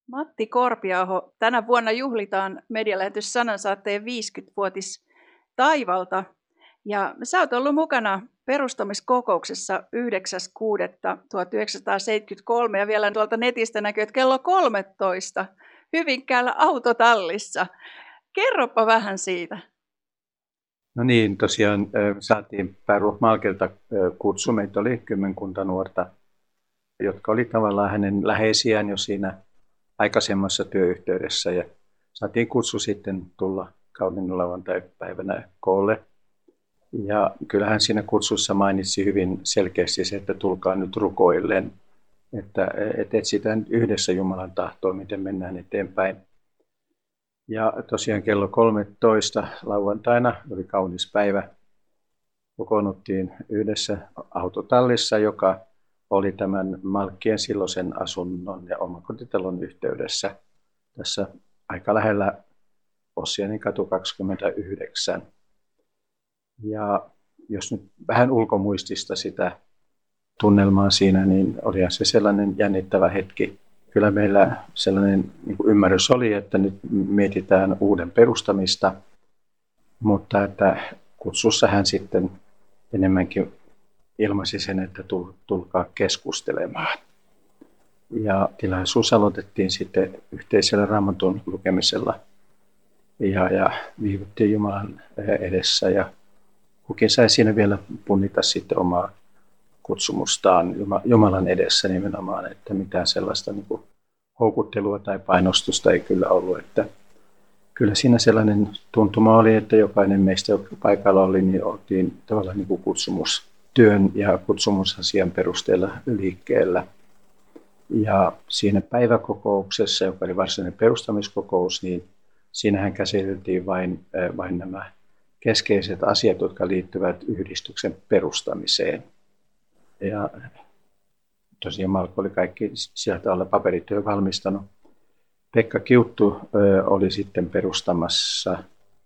Matti Korpiaho, tänä vuonna juhlitaan medialähetys Sanansaatteen 50-vuotis taivalta. Ja sä oot ollut mukana perustamiskokouksessa 9.6.1973 ja vielä tuolta netistä näkyy, että kello 13 Hyvinkäällä autotallissa. Kerropa vähän siitä. No niin, tosiaan saatiin Pääruoh Malkelta kutsu. Meitä oli kymmenkunta nuorta, jotka oli tavallaan hänen läheisiään jo siinä aikaisemmassa työyhteydessä. Ja saatiin kutsu sitten tulla kauniin lauantai-päivänä koolle. Ja kyllähän siinä kutsussa mainitsi hyvin selkeästi se, että tulkaa nyt rukoilleen. Että etsitään yhdessä Jumalan tahtoa, miten mennään eteenpäin. Ja tosiaan kello 13 lauantaina, oli kaunis päivä, kokoonnuttiin yhdessä autotallissa, joka oli tämän Malkkien silloisen asunnon ja omakotitalon yhteydessä. Tässä aika lähellä Ossianin katu 29. Ja jos nyt vähän ulkomuistista sitä tunnelmaa siinä, niin olihan se sellainen jännittävä hetki. Kyllä meillä sellainen ymmärrys oli, että nyt mietitään uuden perustamista, mutta että kutsussa hän sitten enemmänkin ilmaisi sen, että tulkaa keskustelemaan. Ja tilaisuus aloitettiin sitten yhteisellä Raamatun lukemisella ja viivyttiin Jumalan edessä ja kukin sai siinä vielä punnita sitten omaa kutsumustaan Jumalan edessä nimenomaan, että mitään sellaista niin kuin houkuttelua tai painostusta ei kyllä ollut. Että kyllä siinä sellainen tuntuma oli, että jokainen meistä, joka paikalla oli, niin oltiin tavallaan niin kuin kutsumustyön ja kutsumusasian perusteella liikkeellä. Ja siinä päiväkokouksessa, joka oli varsinainen perustamiskokous, niin siinähän käsiteltiin vain nämä keskeiset asiat, jotka liittyvät yhdistyksen perustamiseen. Ja tosiaan Malkko oli kaikki sieltä tavalla paperityö valmistanut. Pekka Kiuttu oli sitten perustamassa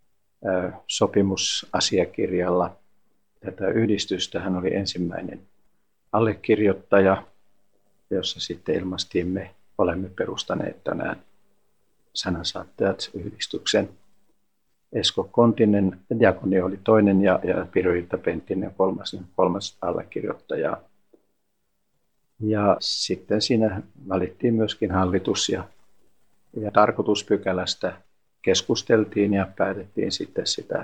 sopimusasiakirjalla tätä yhdistystä. Hän oli ensimmäinen allekirjoittaja, jossa sitten ilmaistiin me olemme perustaneet tänään Sanansaattajat-yhdistyksen. Esko Kontinen, diakoni oli toinen ja Pirjo-Ilta Penttinen kolmas allekirjoittaja. Ja sitten siinä valittiin myöskin hallitus ja tarkoituspykälästä keskusteltiin ja päätettiin sitten sitä,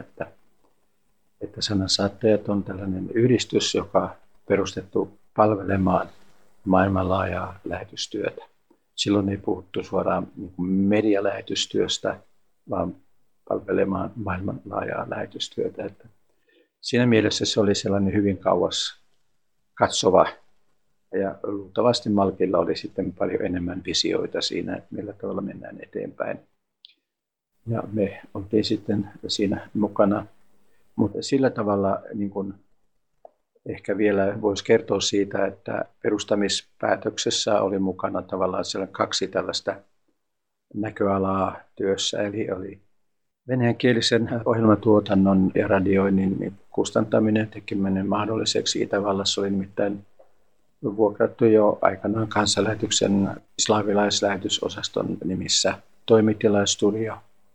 että Sanansaattajat on tällainen yhdistys, joka on perustettu palvelemaan maailmanlaajaa lähetystyötä. Silloin ei puhuttu suoraan medialähetystyöstä, vaan palvelemaan maailmanlaajaa lähetystyötä. Että siinä mielessä se oli sellainen hyvin kauas katsova ja luultavasti Malkilla oli sitten paljon enemmän visioita siinä, että millä tavalla mennään eteenpäin. Ja me oltiin sitten siinä mukana, mutta sillä tavalla niin kuin ehkä vielä voisi kertoa siitä, että perustamispäätöksessä oli mukana tavallaan kaksi tällaista näköalaa työssä, eli oli venäjänkielisen ohjelmatuotannon ja radioinnin kustantaminen tekeminen mahdolliseksi. Itävallassa oli nimittäin vuokrattu jo aikanaan kansanlähetyksen slaavilaislähetysosaston nimissä toimitilastudio.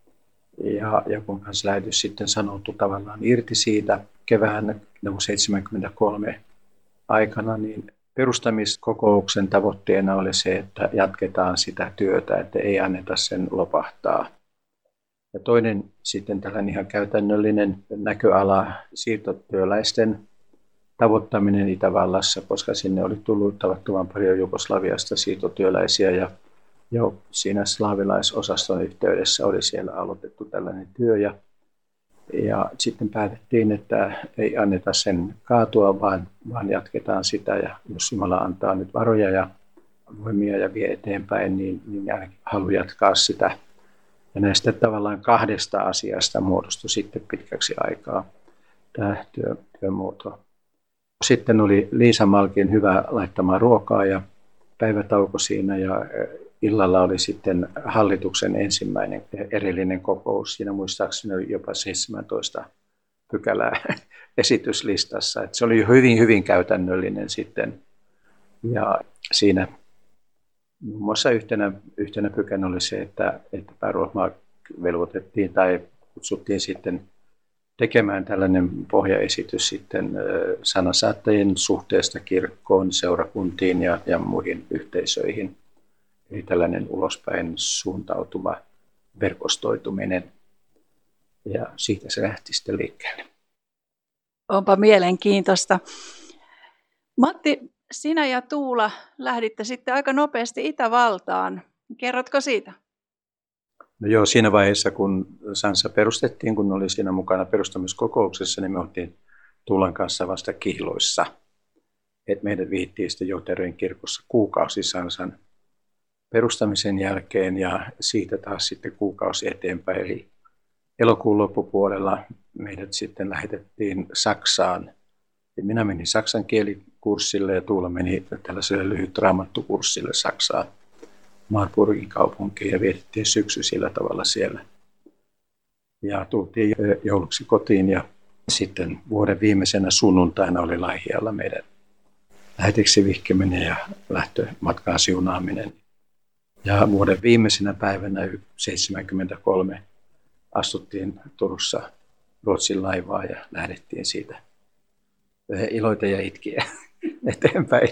Ja kun kansanlähetys sitten sanoutui tavallaan irti siitä kevään 1973 aikana, niin perustamiskokouksen tavoitteena oli se, että jatketaan sitä työtä, että ei anneta sen lopahtaa. Ja toinen sitten tällainen ihan käytännöllinen näköala, siirtotyöläisten tavoittaminen Itävallassa, koska sinne oli tullut tavattoman paljon Jugoslaviasta siirtotyöläisiä ja jo siinä slaavilaisosaston yhteydessä oli siellä aloitettu tällainen työ. Ja sitten päätettiin, että ei anneta sen kaatua, vaan jatketaan sitä. Ja jos Jumala antaa nyt varoja ja voimia ja vie eteenpäin, niin ainakin halu jatkaa sitä. Ja näistä tavallaan kahdesta asiasta muodostui sitten pitkäksi aikaa tämä työmuoto. Sitten oli Liisa Malkin hyvä laittamaan ruokaa ja päivätauko siinä ja illalla oli sitten hallituksen ensimmäinen erillinen kokous. Siinä muistaakseni oli jopa 17 pykälää esityslistassa. Että se oli hyvin, hyvin käytännöllinen sitten. Ja siinä Muun muassa yhtenä pykänä oli se, että pääluomaa velvoitettiin tai kutsuttiin sitten tekemään tällainen pohjaesitys sitten sanansaattajien suhteesta kirkkoon, seurakuntiin ja muihin yhteisöihin. Eli tällainen ulospäin suuntautuma verkostoituminen. Ja siitä se lähti sitten liikkeelle. Onpa mielenkiintoista. Matti, sinä ja Tuula lähditte sitten aika nopeasti Itävaltaan. Kerrotko siitä? No joo, siinä vaiheessa kun Sansa perustettiin, kun oli siinä mukana perustamiskokouksessa, niin me oltiin Tuulan kanssa vasta Kihloissa. Et meidät vihittiin sitten Joutereen kirkossa kuukausi Sansan perustamisen jälkeen ja siitä taas sitten kuukausi eteenpäin. Eli elokuun loppupuolella meidät sitten lähetettiin Saksaan. Ja minä menin saksan kielikurssille ja Tuula meni tällaiselle lyhyt raamattukurssille Saksaan. Marburgin kaupunkiin ja vietettiin syksy sillä tavalla siellä. Ja tultiin jouluksi kotiin ja sitten vuoden viimeisenä sunnuntaina oli Laihialla meidän lähetiksi vihkiminen ja lähtömatkaan siunaaminen. Ja vuoden viimeisenä päivänä 1973 astuttiin Turussa Ruotsin laivaa ja lähdettiin siitä iloita ja itkiä eteenpäin.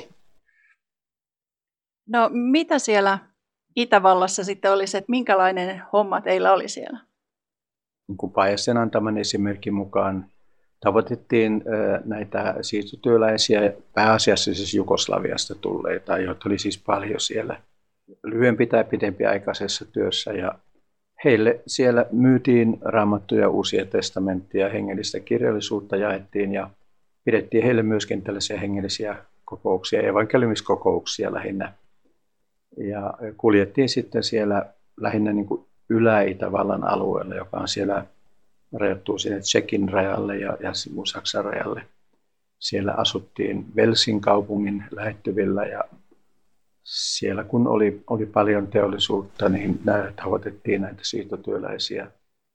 No mitä siellä Itävallassa sitten oli se, että minkälainen homma teillä oli siellä? Kun Pajasen antaman esimerkin mukaan tavoitettiin näitä siirtotyöläisiä, pääasiassa siis Jugoslaviasta tulleita, joita oli siis paljon siellä lyhyempi tai pidempiaikaisessa työssä. Ja heille siellä myytiin Raamattuja, Uusia testamenttia, hengellistä kirjallisuutta jaettiin ja pidettiin heille myöskin tällaisia hengellisiä kokouksia, evankeliumiskokouksia lähinnä. Ja kuljettiin sitten siellä lähinnä niin kuin Ylä-Itävallan alueella, joka on siellä rajattuu sinne Tšekin rajalle ja Saksan rajalle. Siellä asuttiin Velsin kaupungin lähettyvillä ja siellä kun oli paljon teollisuutta, niin tavoitettiin näitä siirtotyöläisiä.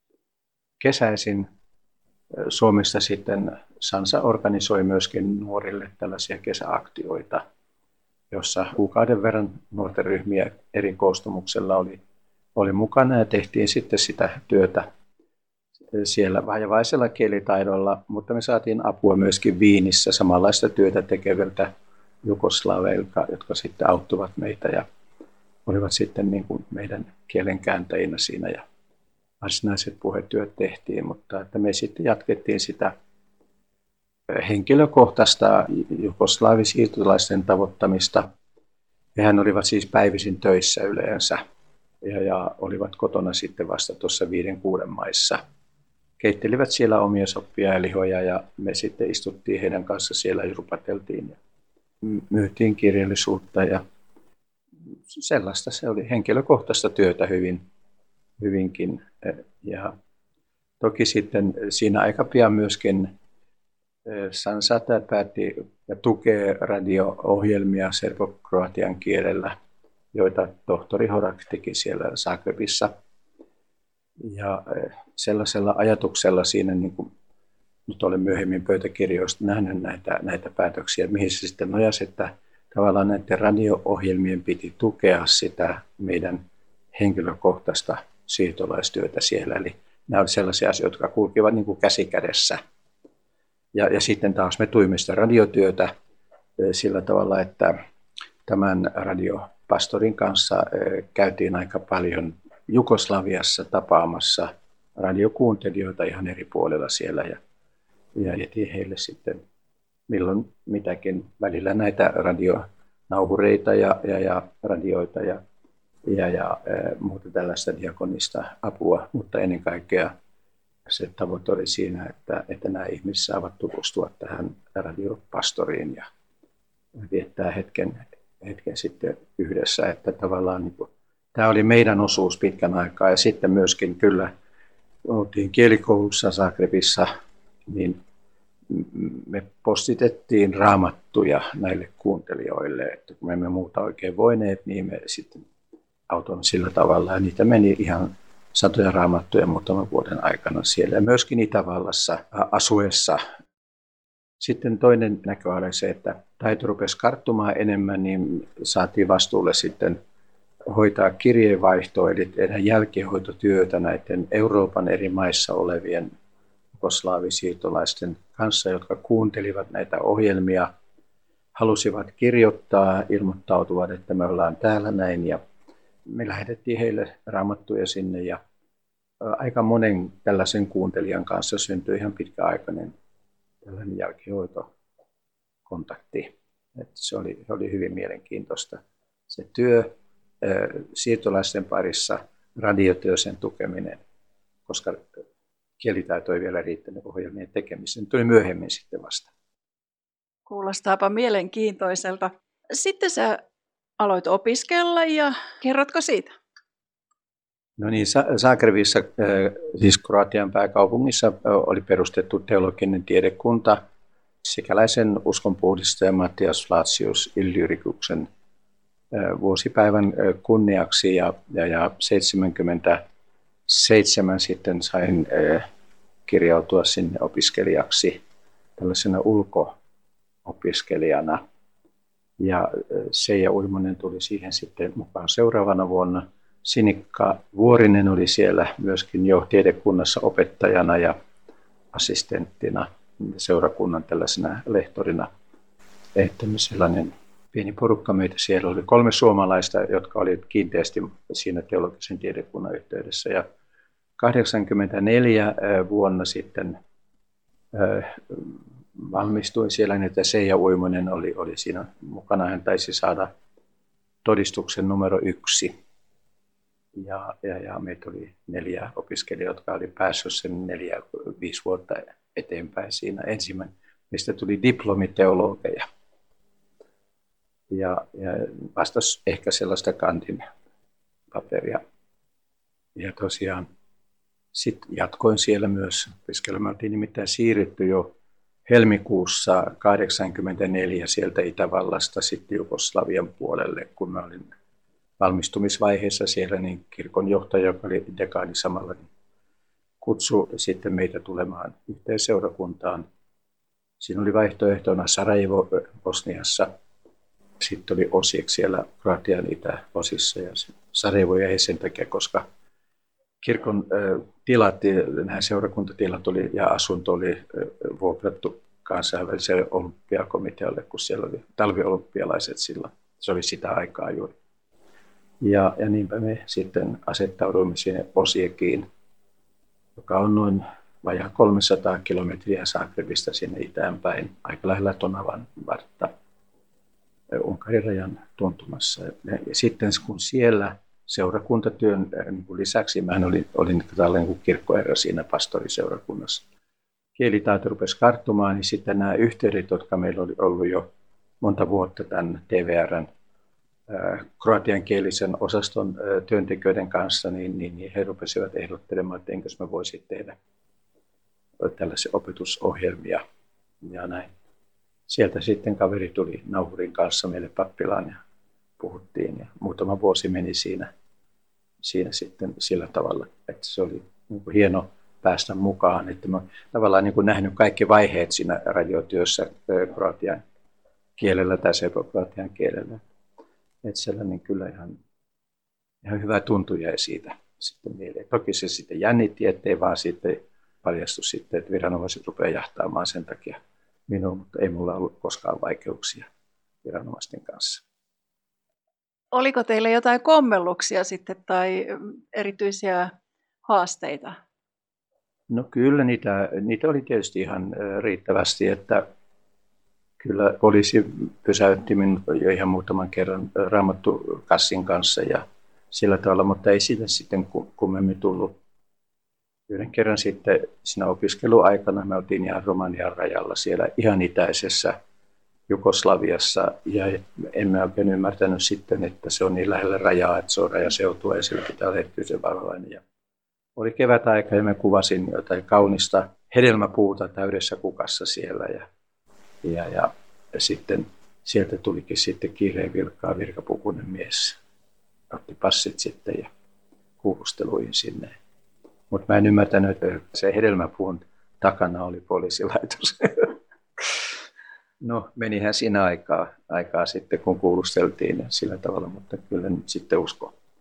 Kesäisin Suomessa sitten Sansa organisoi myöskin nuorille tällaisia kesäaktioita, jossa kuukauden verran nuorten ryhmiä eri koostumuksella oli mukana ja tehtiin sitten sitä työtä siellä vajavaisella kielitaidolla, mutta me saatiin apua myöskin Viinissä samanlaista työtä tekeviltä jugoslaaveilta, jotka sitten auttuivat meitä ja olivat sitten niin kuin meidän kielenkääntäjinä siinä ja varsinaiset puhetyöt tehtiin, mutta että me sitten jatkettiin sitä henkilökohtaista jugoslaavisiirtolaisten tavoittamista. Hehän olivat siis päivisin töissä yleensä ja olivat kotona sitten vasta tuossa 5-6 maissa. Keittelivät siellä omia soppia ja lihoja ja me sitten istuttiin heidän kanssa siellä ja rupateltiin ja myytiin kirjallisuutta ja sellaista se oli henkilökohtaista työtä hyvinkin. Ja toki sitten siinä aika pian myöskin Sansa päätti ja tukee radio-ohjelmia serbo-kroatian kielellä, joita tohtori Horak teki siellä Zagrebissa. Ja sellaisella ajatuksella siinä, niin kuin nyt olen myöhemmin pöytäkirjoista nähnyt näitä päätöksiä, mihin se sitten nojasi, että tavallaan näiden radio-ohjelmien piti tukea sitä meidän henkilökohtaista siirtolaistyötä siellä. Eli nämä olivat sellaisia asioita, jotka kulkivat niin kuin käsi kädessä. Ja sitten taas me tuimme sitä radiotyötä sillä tavalla, että tämän radiopastorin kanssa käytiin aika paljon Jugoslaviassa tapaamassa radiokuuntelijoita ihan eri puolilla siellä ja jätiin heille sitten milloin mitäkin välillä näitä radionauhureita ja radioita ja muuta tällaista diakonista apua, mutta ennen kaikkea se tavoite oli siinä, että nämä ihmiset saavat tutustua tähän radiopastoriin ja viettää hetken sitten yhdessä, että tavallaan niin kuin, tämä oli meidän osuus pitkän aikaa ja sitten myöskin kyllä oltiin kielikoulussa Zagrebissa, niin me postitettiin raamattuja näille kuuntelijoille, että kun me emme muuta oikein voineet, niin me sitten autoimme sillä tavalla ja niitä meni ihan satoja raamattuja muutaman vuoden aikana siellä ja myöskin Itävallassa asuessa. Sitten toinen näköala oli se, että taito rupesi karttumaan enemmän, niin saatiin vastuulle sitten hoitaa kirjeenvaihtoa, eli tehdä jälkihoitotyötä näiden Euroopan eri maissa olevien jugoslaavisiirtolaisten kanssa, jotka kuuntelivat näitä ohjelmia, halusivat kirjoittaa, ilmoittautuvat, että me ollaan täällä näin, ja me lähetettiin heille raamattuja sinne, ja aika monen tällaisen kuuntelijan kanssa syntyi ihan pitkäaikainen tällainen jälkihoitokontakti. Että se oli hyvin mielenkiintoista. Se työ siirtolaisten parissa, radiotyö, sen tukeminen, koska kielitaito ei vielä riittänyt ohjelmien tekemiseen. Tuli myöhemmin sitten vasta. Kuulostaapa mielenkiintoiselta. Sitten sä aloit opiskella ja kerrotko siitä? No niin, Zagrebissa, siis Kroatian pääkaupungissa, oli perustettu teologinen tiedekunta sikäläisen uskonpuhdistaja Mattias Flacius Illyricuksen vuosipäivän kunniaksi, ja 77 sitten sain kirjautua sinne opiskelijaksi tällaisena ulko-opiskelijana. Ja Seija Uimonen tuli siihen sitten mukaan seuraavana vuonna. Sinikka Vuorinen oli siellä myöskin jo tiedekunnassa opettajana ja assistenttina, seurakunnan tällaisena lehtorina. Että sellainen pieni porukka meitä siellä oli 3 suomalaista, jotka olivat kiinteästi siinä teologisen tiedekunnan yhteydessä. Ja 84 vuonna sitten valmistuin siellä, että Seija Uimonen oli siinä mukana. Hän taisi saada todistuksen numero 1. Ja meitä oli 4 opiskelijaa, jotka oli päässyt sen 4-5 vuotta eteenpäin siinä. Ensimmäinen mistä tuli diplomiteologeja. Ja vastasi ehkä sellaista kantin paperia. Ja tosiaan sitten jatkoin siellä myös opiskelemaan. Oltiin nimittäin siirretty jo helmikuussa 1984 sieltä Itävallasta sitten Jugoslavian puolelle, kun mä olin valmistumisvaiheessa siellä, niin kirkon johtaja, joka oli dekaani samalla, niin kutsui sitten meitä tulemaan yhteen seurakuntaan. Siinä oli vaihtoehtona Sarajevo Bosniassa. Sitten oli Osijek siellä Kroatian itäosissa, ja Sarajevo jäi sen takia, koska kirkon tilat, nämä seurakuntatilat oli, ja asunto oli vuokrattu kansainväliselle olympiakomitealle, kun siellä oli talviolympialaiset silloin. Se oli sitä aikaa juuri. Ja niinpä me sitten asettauduimme sinne Osijekiin, joka on noin vajaa 300 kilometriä Zagrebista sinne itään päin, aika lähellä Tonavan vartta Unkarin rajan tuntumassa. Ja sitten kun siellä seurakuntatyön lisäksi, mä olin tällainen kirkkoherra siinä pastoriseurakunnassa, kielitaito rupesi karttumaan, niin sitten nämä yhteydet, jotka meillä oli ollut jo monta vuotta tämän TVR:n kroatiankielisen osaston työntekijöiden kanssa, niin he rupesivat ehdottelemaan, että enkö mä voisin tehdä tällaisia opetusohjelmia ja näin. Sieltä sitten kaveri tuli nauhurin kanssa meille pappilaan ja puhuttiin, ja muutama vuosi meni siinä sitten sillä tavalla, että se oli niin kuin hieno päästä mukaan, että mä tavallaan niin kuin nähnyt kaikki vaiheet siinä radiotyössä kroatian kielellä tai serbokroatian kielellä. Että sellainen kyllä ihan hyvä tuntu jäi siitä sitten mieleen. Toki se sitten jännitti, ettei vaan sitten paljastu sitten, että viranomaiset rupeaa jahtaamaan sen takia minua, mutta ei mulla ollut koskaan vaikeuksia viranomaisten kanssa. Oliko teillä jotain kommelluksia sitten tai erityisiä haasteita? No kyllä niitä oli tietysti ihan riittävästi, että kyllä poliisi pysäytti minut jo ihan muutaman kerran raamattukassin kanssa ja sillä tavalla, mutta ei siitä sitten kummemmin tullut. Yhden kerran sitten siinä opiskeluaikana me oltiin ihan Romanian rajalla siellä ihan itäisessä Jugoslaviassa ja emme oikein ymmärtänyt sitten, että se on niin lähellä rajaa, että se on rajaseutua ja sillä pitää olla erityisen varovainen. Ja oli kevätaika ja mä kuvasin jotain kaunista hedelmäpuuta täydessä kukassa siellä ja sitten sieltä tulikin sitten kiireen virkapukuinen mies. Otti passit sitten ja kuulusteluihin sinne. Mutta mä en ymmärtänyt, että se hedelmäpuun takana oli poliisilaitos. No menihän siinä aikaa sitten, kun kuulusteltiin sillä tavalla, mutta kyllä nyt sitten usko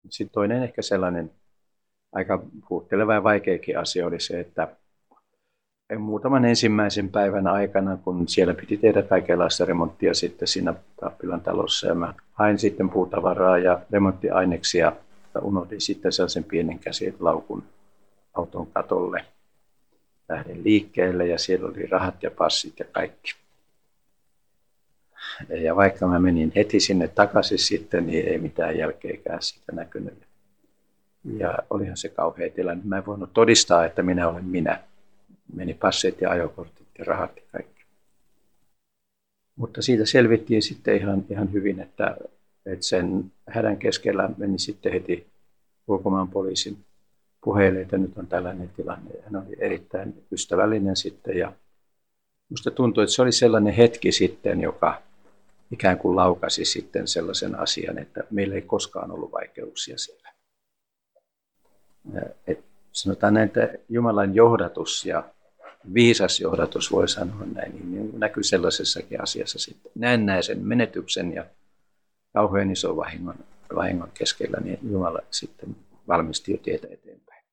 Sitten toinen ehkä sellainen aika puhutteleva ja vaikeakin asia oli se, että muutaman ensimmäisen päivän aikana, kun siellä piti tehdä kaikenlaista remonttia sitten siinä pappilan talossa, ja mä hain sitten puutavaraa ja remonttiaineksia, ja unohdin sitten sellaisen pienen käsilaukun auton katolle. Lähdin liikkeelle ja siellä oli rahat ja passit ja kaikki. Ja vaikka mä menin heti sinne takaisin sitten, niin ei mitään jälkeäkään siitä näkynyt. Ja olihan se kauhea tilanne. Mä en voinut todistaa, että minä olen minä. Meni passit ja ajokortit ja rahat ja kaikki. Mutta siitä selvittiin sitten ihan hyvin, että sen hädän keskellä meni sitten heti ulkomaan poliisin puheille, että nyt on tällainen tilanne. Hän oli erittäin ystävällinen sitten ja musta tuntui, että se oli sellainen hetki sitten, joka ikään kuin laukasi sitten sellaisen asian, että meillä ei koskaan ollut vaikeuksia siellä. Sanotaan näin, että Jumalan johdatus ja viisas johdatus, voi sanoa näin, niin näkyy sellaisessakin asiassa sitten. Näennäisen menetyksen ja kauhean ison vahingon keskellä, niin Jumala sitten valmisti jo tietä eteenpäin.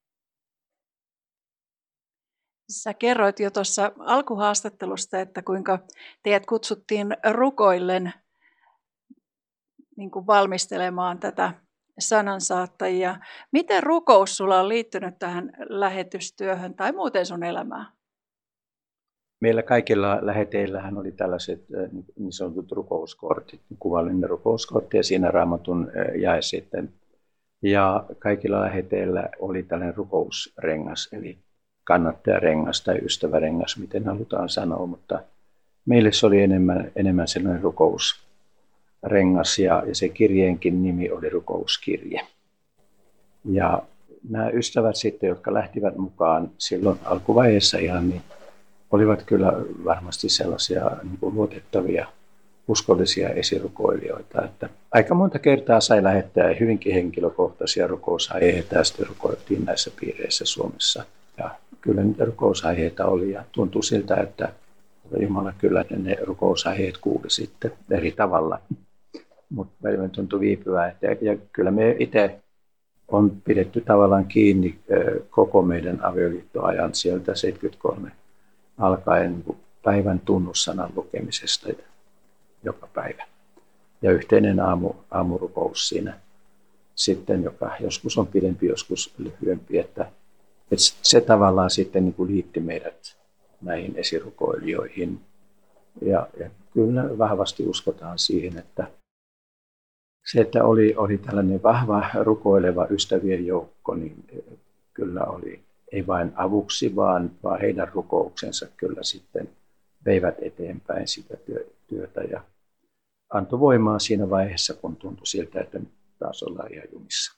Sä kerroit jo tuossa alkuhaastattelusta, että kuinka teidät kutsuttiin rukoillen niin kuin valmistelemaan tätä sanansaattajia. Miten rukous sulla on liittynyt tähän lähetystyöhön tai muuten sun elämään? Meillä kaikilla läheteillähän oli tällaiset niin sanotut rukouskortit, kuvallinen rukouskortti ja siinä Raamatun jae sitten. Ja kaikilla läheteillä oli tällainen rukousrengas, eli kannattajarengas tai ystävärengas, miten halutaan sanoa, mutta meille se oli enemmän sellainen rukousrengas ja se kirjeenkin nimi oli rukouskirje. Ja nämä ystävät sitten, jotka lähtivät mukaan silloin alkuvaiheessa ihan, niin olivat kyllä varmasti sellaisia niin kuin luotettavia, uskollisia esirukoilijoita. Että aika monta kertaa sai lähettää hyvinkin henkilökohtaisia rukousaiheita ja sitten rukoiltiin näissä piireissä Suomessa. Ja kyllä niitä rukousaiheita oli ja tuntui siltä, että Jumala kyllä ne rukousaiheet kuuli sitten eri tavalla. Mutta välillä tuntui viipyvää. Ja kyllä me itse on pidetty tavallaan kiinni koko meidän avioliittoajan sieltä 73 alkaen päivän tunnussanan lukemisesta joka päivä. Ja yhteinen aamurukous siinä sitten, joka joskus on pidempi, joskus lyhyempi, että se tavallaan sitten niin kuin liitti meidät näihin esirukoilijoihin. Ja kyllä vahvasti uskotaan siihen, että se, että oli tällainen vahva rukoileva ystävien joukko, niin kyllä oli ei vain avuksi, vaan heidän rukouksensa kyllä sitten veivät eteenpäin sitä työtä ja antoi voimaa siinä vaiheessa, kun tuntui siltä, että nyt taas ollaan ihan jumissa.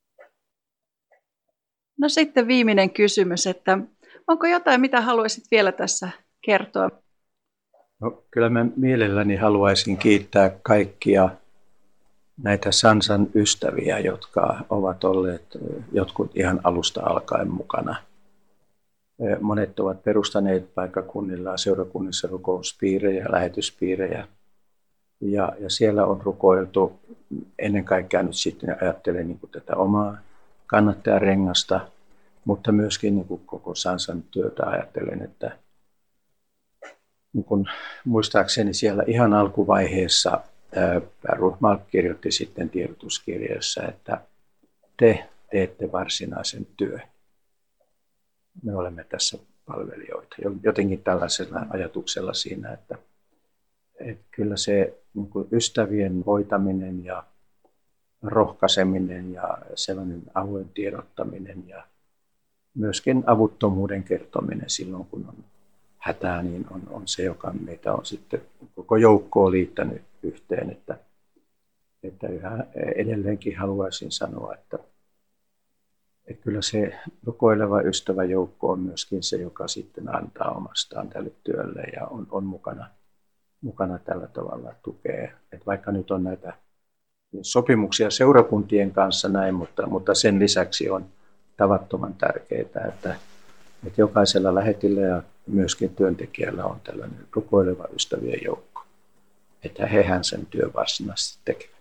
No sitten viimeinen kysymys, että onko jotain, mitä haluaisit vielä tässä kertoa? No, kyllä mä mielelläni haluaisin kiittää kaikkia näitä Sansan ystäviä, jotka ovat olleet jotkut ihan alusta alkaen mukana. Monet ovat perustaneet paikkakunnilla seurakunnissa rukouspiirejä, lähetyspiirejä. Ja siellä on rukoiltu ennen kaikkea nyt sitten ajattelen niin kuin tätä omaa kannattajarengasta, mutta myöskin niin kuin koko Sansan työtä ajattelen, että niin kuin muistaakseni siellä ihan alkuvaiheessa Ruhmal kirjoitti sitten tiedotuskirjassa, että te teette varsinaisen työn. Me olemme tässä palvelijoita. Jotenkin tällaisella ajatuksella siinä, että kyllä se niin kuin ystävien hoitaminen ja rohkaiseminen ja sellainen avoin tiedottaminen ja myöskin avuttomuuden kertominen silloin, kun on hätää, niin on se, joka meitä on sitten koko joukkoon liittänyt yhteen. Että yhä edelleenkin haluaisin sanoa, että kyllä se rukoileva ystäväjoukko on myöskin se, joka sitten antaa omastaan tälle työlle ja on mukana tällä tavalla tukee. Että vaikka nyt on näitä sopimuksia seurakuntien kanssa näin, mutta sen lisäksi on tavattoman tärkeää, että jokaisella lähetillä ja myöskin työntekijällä on tällainen rukoileva ystävien joukko, että hehän sen työn varsinaisesti tekevät.